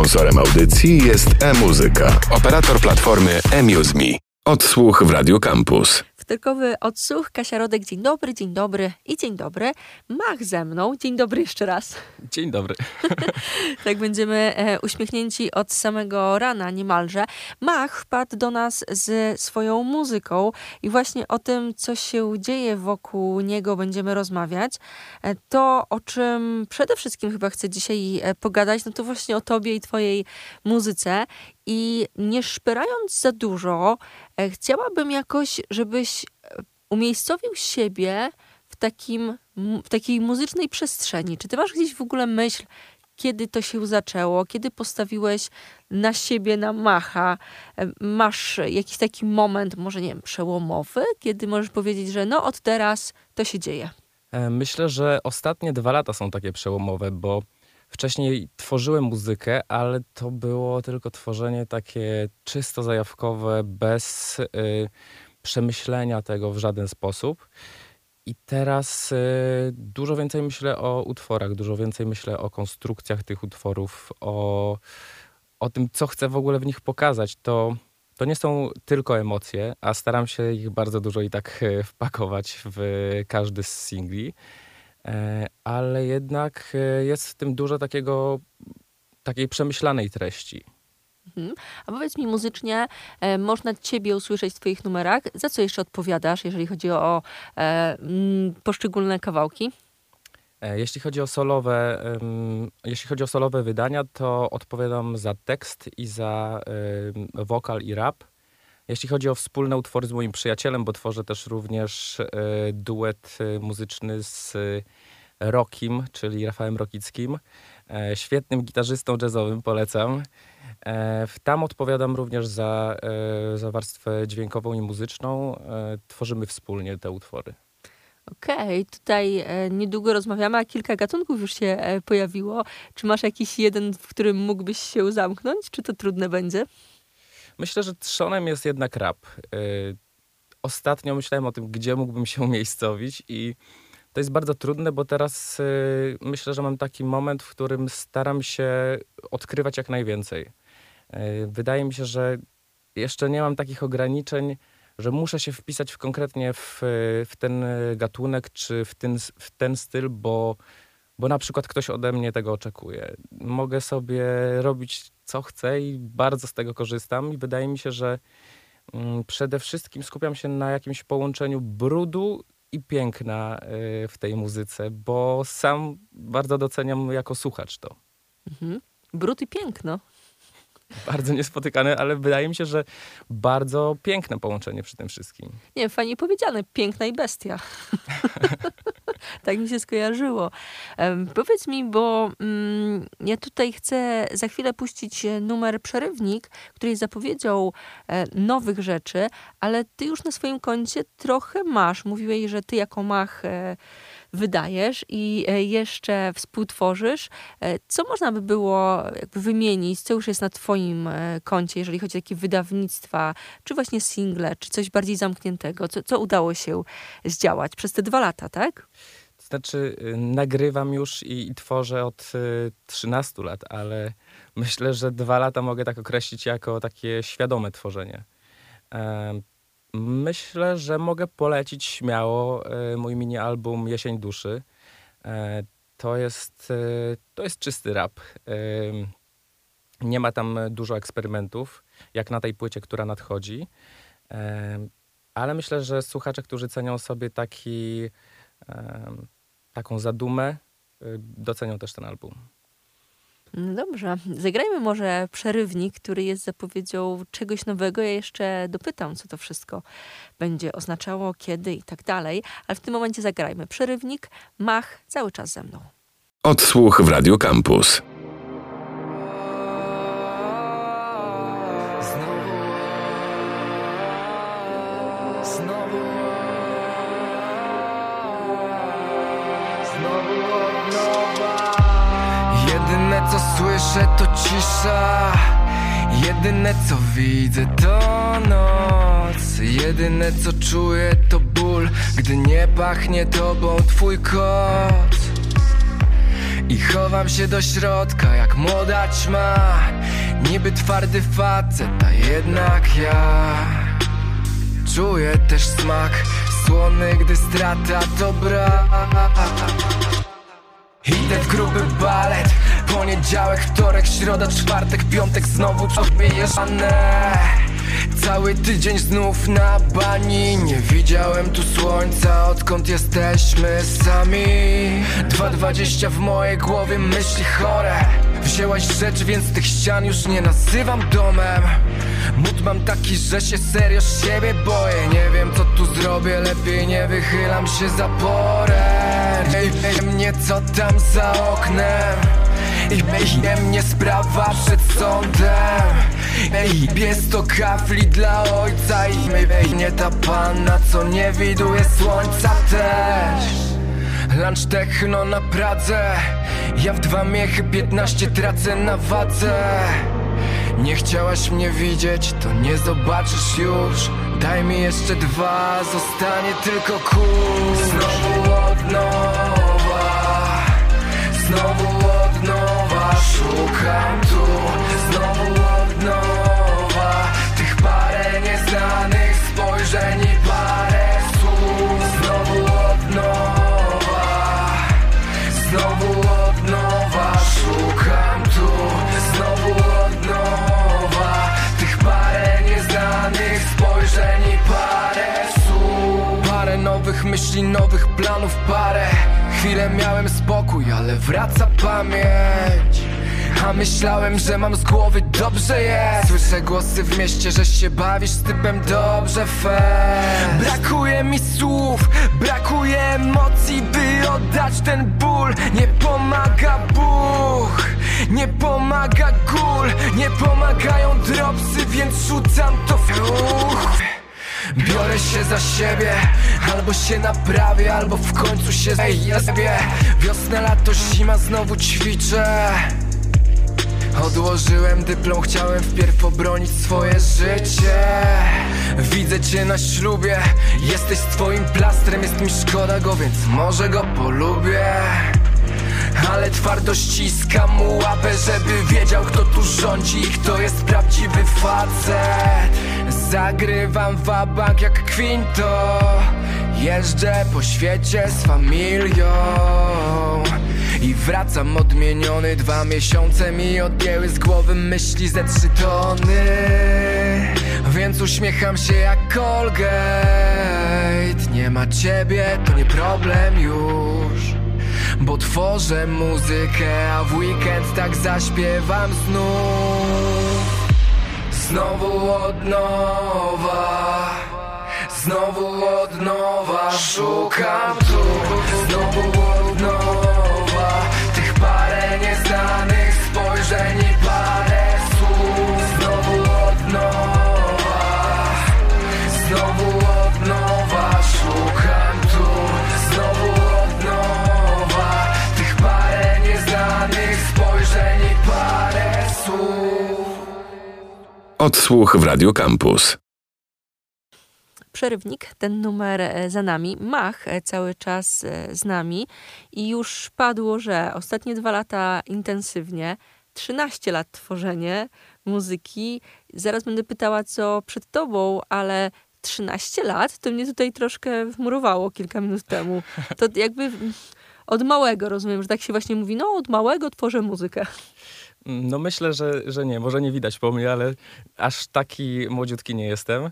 Sponsorem audycji jest e-muzyka, operator platformy eMuseMe. Odsłuch w Radio Campus. Wtorkowy odsłuch. Kasia Rodek, dzień dobry i dzień dobry. Mach ze mną, dzień dobry jeszcze raz. Dzień dobry. Tak będziemy uśmiechnięci od samego rana niemalże. Mach wpadł do nas ze swoją muzyką i właśnie o tym, co się dzieje wokół niego, będziemy rozmawiać. To, o czym przede wszystkim chyba chcę dzisiaj pogadać, no to właśnie o tobie i twojej muzyce. I nie szperając za dużo, chciałabym jakoś, żebyś umiejscowił siebie w takiej muzycznej przestrzeni. Czy ty masz gdzieś w ogóle myśl, kiedy to się zaczęło? Kiedy postawiłeś na siebie, na Macha? Masz jakiś taki moment, może nie wiem, przełomowy, kiedy możesz powiedzieć, że no od teraz to się dzieje? Myślę, że ostatnie 2 lata są takie przełomowe, bo wcześniej tworzyłem muzykę, ale to było tylko tworzenie takie czysto zajawkowe, bez przemyślenia tego w żaden sposób. I teraz dużo więcej myślę o utworach, dużo więcej myślę o konstrukcjach tych utworów, o tym, co chcę w ogóle w nich pokazać. To nie są tylko emocje, a staram się ich bardzo dużo i tak wpakować w każdy z singli. Ale jednak jest w tym dużo takiej przemyślanej treści. A powiedz mi, muzycznie można ciebie usłyszeć w twoich numerach. Za co jeszcze odpowiadasz, jeżeli chodzi o poszczególne kawałki? Jeśli chodzi o solowe wydania, to odpowiadam za tekst i za wokal i rap. Jeśli chodzi o wspólne utwory z moim przyjacielem, bo tworzę też również duet muzyczny z Rokim, czyli Rafałem Rokickim, świetnym gitarzystą jazzowym, polecam. Tam odpowiadam również za warstwę dźwiękową i muzyczną. Tworzymy wspólnie te utwory. Okej, tutaj niedługo rozmawiamy, a kilka gatunków już się pojawiło. Czy masz jakiś jeden, w którym mógłbyś się zamknąć? Czy to trudne będzie? Myślę, że trzonem jest jednak rap. Ostatnio myślałem o tym, gdzie mógłbym się umiejscowić i to jest bardzo trudne, bo teraz myślę, że mam taki moment, w którym staram się odkrywać jak najwięcej. Wydaje mi się, że jeszcze nie mam takich ograniczeń, że muszę się wpisać konkretnie w ten gatunek czy w ten styl, bo na przykład ktoś ode mnie tego oczekuje. Mogę sobie robić co chcę i bardzo z tego korzystam i wydaje mi się, że przede wszystkim skupiam się na jakimś połączeniu brudu i piękna w tej muzyce, bo sam bardzo doceniam jako słuchacz to. Brud i piękno. Bardzo niespotykane, ale wydaje mi się, że bardzo piękne połączenie przy tym wszystkim. Nie, fajnie powiedziane. Piękna i bestia. Tak mi się skojarzyło. Powiedz mi, bo ja tutaj chcę za chwilę puścić numer Przerywnik, który jest zapowiedzią nowych rzeczy, ale ty już na swoim koncie trochę masz. Mówiłeś, że ty jako Mach wydajesz i jeszcze współtworzysz. Co można by było jakby wymienić, co już jest na twoim koncie, jeżeli chodzi o takie wydawnictwa, czy właśnie single, czy coś bardziej zamkniętego? Co udało się zdziałać przez te 2 lata, tak? To znaczy nagrywam już i tworzę od 13 lat, ale myślę, że 2 lata mogę tak określić jako takie świadome tworzenie. Myślę, że mogę polecić śmiało mój mini album Jesień Duszy. To jest czysty rap. Nie ma tam dużo eksperymentów, jak na tej płycie, która nadchodzi. Ale myślę, że słuchacze, którzy cenią sobie taką zadumę, docenią też ten album. No dobrze, zagrajmy może Przerywnik, który jest zapowiedzią czegoś nowego. Ja jeszcze dopytam, co to wszystko będzie oznaczało, kiedy i tak dalej. Ale w tym momencie zagrajmy Przerywnik, Mach cały czas ze mną. Odsłuch w Radio Campus. Jedyne co słyszę to cisza, jedyne co widzę to noc, jedyne co czuję to ból, gdy nie pachnie tobą twój kot. I chowam się do środka jak młoda ćma. Niby twardy facet, a jednak ja czuję też smak słony, gdy strata to brak. Idę w gruby balet. Poniedziałek, wtorek, środa, czwartek, piątek, znowu wyjeżdżane. Cały tydzień znów na bani. Nie widziałem tu słońca, odkąd jesteśmy sami. 2,20 w mojej głowie, myśli chore. Wzięłaś rzecz, więc tych ścian już nie nazywam domem. Mód mam taki, że się serio z siebie boję. Nie wiem co tu zrobię, lepiej nie wychylam się za porę. Ej, mnie co tam za oknem. I mnie sprawa przed sądem. Ej, pies to kafli dla ojca. I mnie ta panna, co nie widuje słońca też. Lunch techno na Pradze. Ja w 2 miechy 15 tracę na wadze. Nie chciałaś mnie widzieć, to nie zobaczysz już. Daj mi jeszcze 2, zostanie tylko kurs. Znowu od nowa, znowu od nowa szukam tu. Znowu od nowa tych parę nieznanych spojrzeń i parę słów. Znowu od nowa, znowu od nowa szukam tu. Znowu od nowa tych parę nieznanych spojrzeń i parę słów. Parę nowych myśli, nowych planów, parę. Chwilę miałem spokój, ale wraca pamięć. A myślałem, że mam z głowy dobrze jest. Słyszę głosy w mieście, że się bawisz z typem dobrze fest. Brakuje mi słów, brakuje emocji, by oddać ten ból. Nie pomaga Bóg, nie pomaga gól, nie pomagają dropsy, więc rzucam to w ruch. Biorę się za siebie, albo się naprawię, albo w końcu się zjebie. Wiosna, lato, zima, znowu ćwiczę. Odłożyłem dyplom, chciałem wpierw obronić swoje życie. Widzę cię na ślubie, jesteś twoim plastrem. Jest mi szkoda go, więc może go polubię. Ale twardo ściskam mu łapę, żeby wiedział, kto tu rządzi i kto jest prawdziwy facet. Zagrywam wabank jak Quinto. Jeżdżę po świecie z familią i wracam odmieniony. 2 miesiące mi odjęły z głowy myśli ze 3 tony. Więc uśmiecham się jak Colgate. Nie ma ciebie, to nie problem już, bo tworzę muzykę, a w weekend tak zaśpiewam znów. Znowu od nowa, znowu od nowa szukam tu. Znowu od nowa tych parę nieznanych spojrzeń i parę słów. Znowu od nowa, znowu od nowa szukam tu. Znowu od nowa tych parę nieznanych spojrzeń i parę słów. Odsłuch w Radio Campus. Przerywnik, ten numer za nami. Mach cały czas z nami i już padło, że ostatnie 2 lata intensywnie, 13 lat tworzenie muzyki. Zaraz będę pytała, co przed tobą, ale 13 lat to mnie tutaj troszkę wmurowało kilka minut temu. To jakby od małego, rozumiem, że tak się właśnie mówi, no od małego tworzę muzykę. No myślę, że nie. Może nie widać po mnie, ale aż taki młodziutki nie jestem.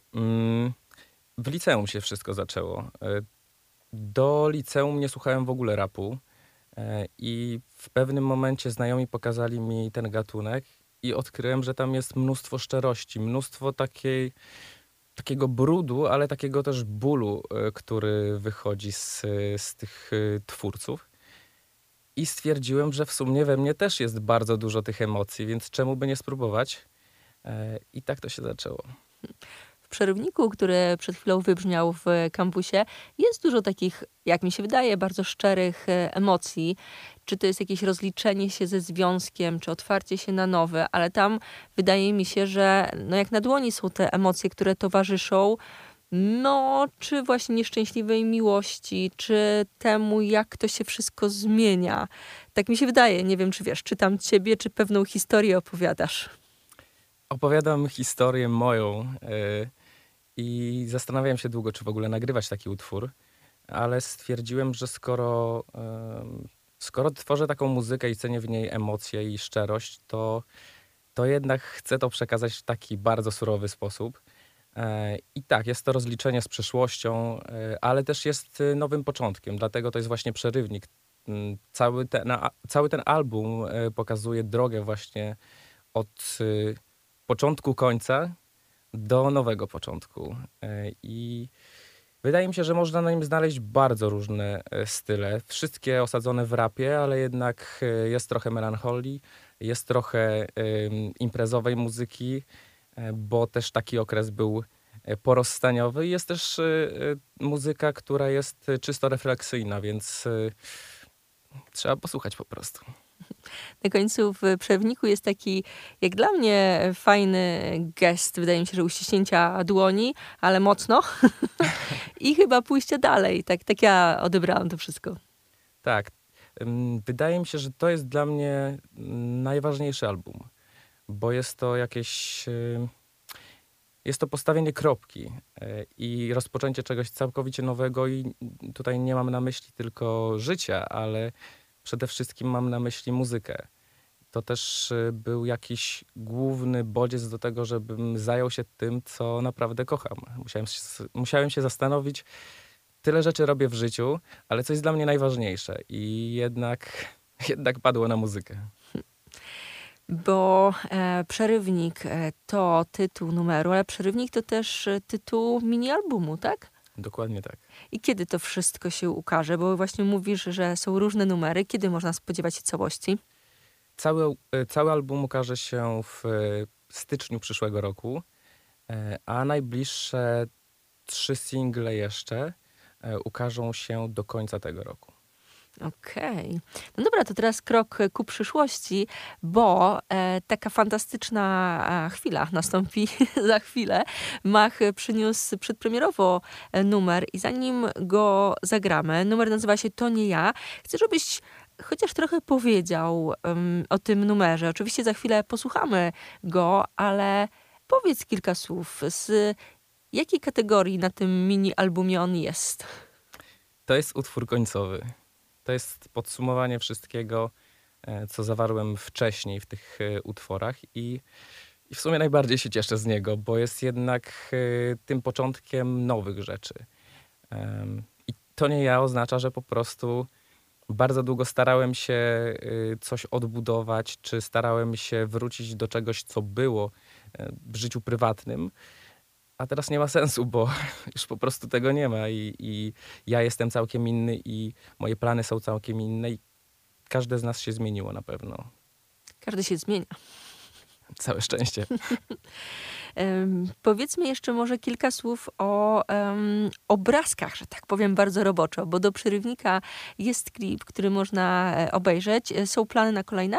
W liceum się wszystko zaczęło. Do liceum nie słuchałem w ogóle rapu i w pewnym momencie znajomi pokazali mi ten gatunek i odkryłem, że tam jest mnóstwo szczerości, mnóstwo takiego brudu, ale takiego też bólu, który wychodzi z tych twórców. I stwierdziłem, że w sumie we mnie też jest bardzo dużo tych emocji, więc czemu by nie spróbować? I tak to się zaczęło. W przerywniku, który przed chwilą wybrzmiał w kampusie, jest dużo takich, jak mi się wydaje, bardzo szczerych emocji. Czy to jest jakieś rozliczenie się ze związkiem, czy otwarcie się na nowe, ale tam wydaje mi się, że no jak na dłoni są te emocje, które towarzyszą No, czy właśnie nieszczęśliwej miłości, czy temu, jak to się wszystko zmienia. Tak mi się wydaje, nie wiem, czy wiesz, czytam ciebie, czy pewną historię opowiadasz. Opowiadam historię moją i zastanawiałem się długo, czy w ogóle nagrywać taki utwór, ale stwierdziłem, że skoro tworzę taką muzykę i cenię w niej emocje i szczerość, to jednak chcę to przekazać w taki bardzo surowy sposób. I tak, jest to rozliczenie z przeszłością, ale też jest nowym początkiem, dlatego to jest właśnie przerywnik. Cały ten album pokazuje drogę właśnie od początku końca do nowego początku. I wydaje mi się, że można na nim znaleźć bardzo różne style. Wszystkie osadzone w rapie, ale jednak jest trochę melancholii, jest trochę imprezowej muzyki, bo też taki okres był porozstaniowy. I jest też muzyka, która jest czysto refleksyjna, więc trzeba posłuchać po prostu. Na końcu w przerwniku jest taki, jak dla mnie, fajny gest, wydaje mi się, że uściśnięcia dłoni, ale mocno. I chyba pójście dalej. Tak ja odebrałam to wszystko. Tak. Wydaje mi się, że to jest dla mnie najważniejszy album, bo jest to jest to postawienie kropki i rozpoczęcie czegoś całkowicie nowego i tutaj nie mam na myśli tylko życia, ale przede wszystkim mam na myśli muzykę. To też był jakiś główny bodziec do tego, żebym zajął się tym, co naprawdę kocham. Musiałem się zastanowić, tyle rzeczy robię w życiu, ale co jest dla mnie najważniejsze i jednak padło na muzykę. Bo przerywnik to tytuł numeru, ale przerywnik to też tytuł mini-albumu, tak? Dokładnie tak. I kiedy to wszystko się ukaże? Bo właśnie mówisz, że są różne numery. Kiedy można spodziewać się całości? Cały album ukaże się w styczniu przyszłego roku, a najbliższe 3 single jeszcze ukażą się do końca tego roku. Okej. No dobra, to teraz krok ku przyszłości, bo taka fantastyczna chwila nastąpi za chwilę. Mach przyniósł przedpremierowo numer i zanim go zagramy, numer nazywa się To nie ja. Chcę, żebyś chociaż trochę powiedział o tym numerze. Oczywiście za chwilę posłuchamy go, ale powiedz kilka słów. Z jakiej kategorii na tym mini-albumie on jest? To jest utwór końcowy. To jest podsumowanie wszystkiego, co zawarłem wcześniej w tych utworach i w sumie najbardziej się cieszę z niego, bo jest jednak tym początkiem nowych rzeczy. I to nie ja oznacza, że po prostu bardzo długo starałem się coś odbudować, czy starałem się wrócić do czegoś, co było w życiu prywatnym, a teraz nie ma sensu, bo już po prostu tego nie ma i ja jestem całkiem inny i moje plany są całkiem inne i każde z nas się zmieniło na pewno. Każdy się zmienia. Całe szczęście. Powiedzmy jeszcze może kilka słów o obrazkach, że tak powiem bardzo roboczo, bo do przerywnika jest klip, który można obejrzeć. Są plany na kolejne?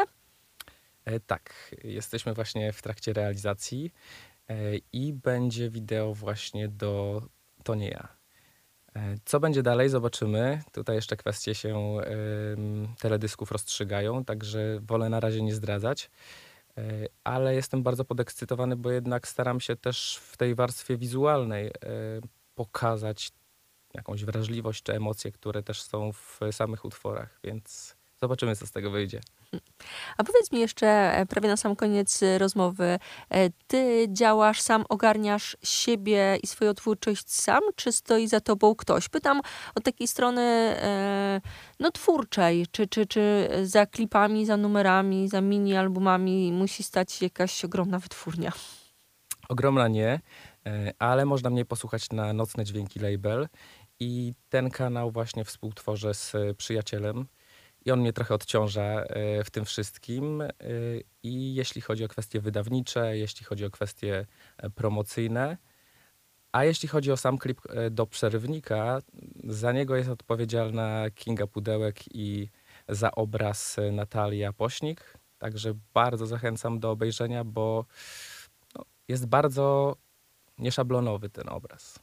Tak, jesteśmy właśnie w trakcie realizacji i będzie wideo właśnie do To nie ja. Co będzie dalej, zobaczymy. Tutaj jeszcze kwestie się teledysków rozstrzygają, także wolę na razie nie zdradzać. Ale jestem bardzo podekscytowany, bo jednak staram się też w tej warstwie wizualnej pokazać jakąś wrażliwość czy emocje, które też są w samych utworach, więc zobaczymy, co z tego wyjdzie. A powiedz mi jeszcze, prawie na sam koniec rozmowy, ty działasz sam, ogarniasz siebie i swoją twórczość sam, czy stoi za tobą ktoś? Pytam od takiej strony no twórczej, czy za klipami, za numerami, za mini-albumami musi stać jakaś ogromna wytwórnia? Ogromna nie, ale można mnie posłuchać na Nocne Dźwięki Label i ten kanał właśnie współtworzę z przyjacielem. I on mnie trochę odciąża w tym wszystkim. I jeśli chodzi o kwestie wydawnicze, jeśli chodzi o kwestie promocyjne, a jeśli chodzi o sam klip do przerywnika, za niego jest odpowiedzialna Kinga Pudełek i za obraz Natalia Pośnik. Także bardzo zachęcam do obejrzenia, bo jest bardzo nieszablonowy ten obraz.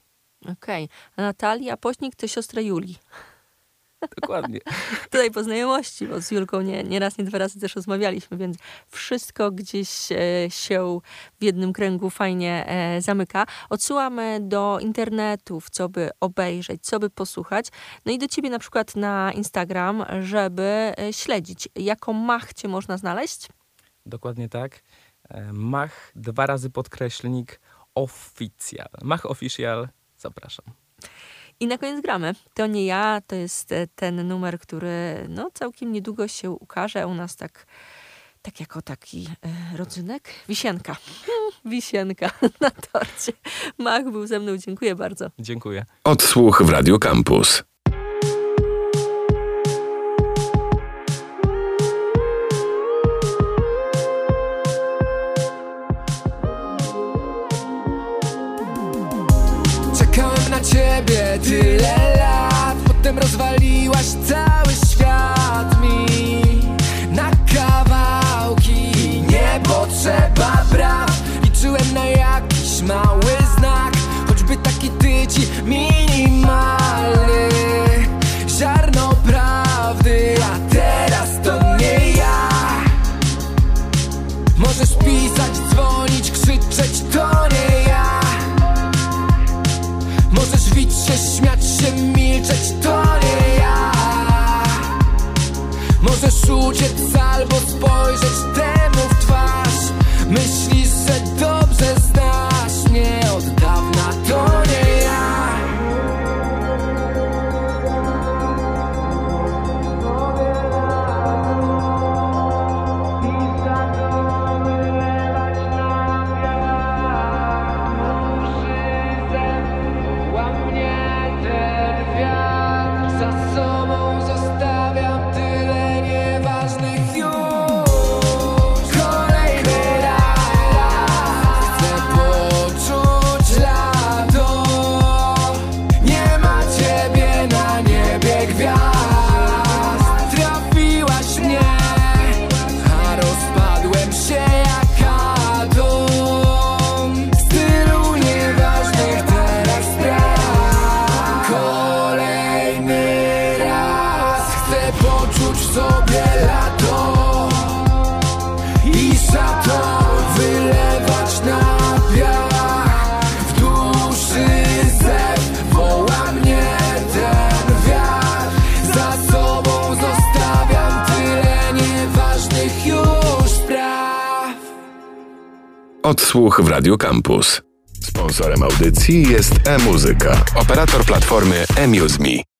Okej. A Natalia Pośnik to siostra Julii. Dokładnie. Tutaj po znajomości, bo z Julką nie raz, nie dwa razy też rozmawialiśmy, więc wszystko gdzieś się w jednym kręgu fajnie zamyka. Odsyłamy do internetów, co by obejrzeć, co by posłuchać. No i do ciebie na przykład na Instagram, żeby śledzić. Jako Mach cię można znaleźć? Dokładnie tak. Mach, 2 razy podkreślnik, official. Mach official, zapraszam. I na koniec gramy. To nie ja, to jest ten numer, który całkiem niedługo się ukaże. U nas tak jako taki rodzynek. Wisienka. Wisienka na torcie. Mach był ze mną. Dziękuję bardzo. Dziękuję. Odsłuch w Radio Campus. Czekałem na ciebie tyle lat, potem rozwaliłaś cały świat mi na kawałki. Nie potrzeba braw, liczyłem na jakiś mały znak, choćby taki tyci minimalny. Ziarno prawdy, a teraz to nie ja. Możesz pisać, dzwonić, krzyczeć, to nie ja. Możesz wić się, śmiać się, milczeć, to nie ja. Możesz uciec albo spojrzeć temu w twarz. Myślisz, że dobrze znasz mnie od dawna, to nie ja. Odsłuch w Radio Campus. Sponsorem audycji jest e-muzyka, operator platformy eMuseMe.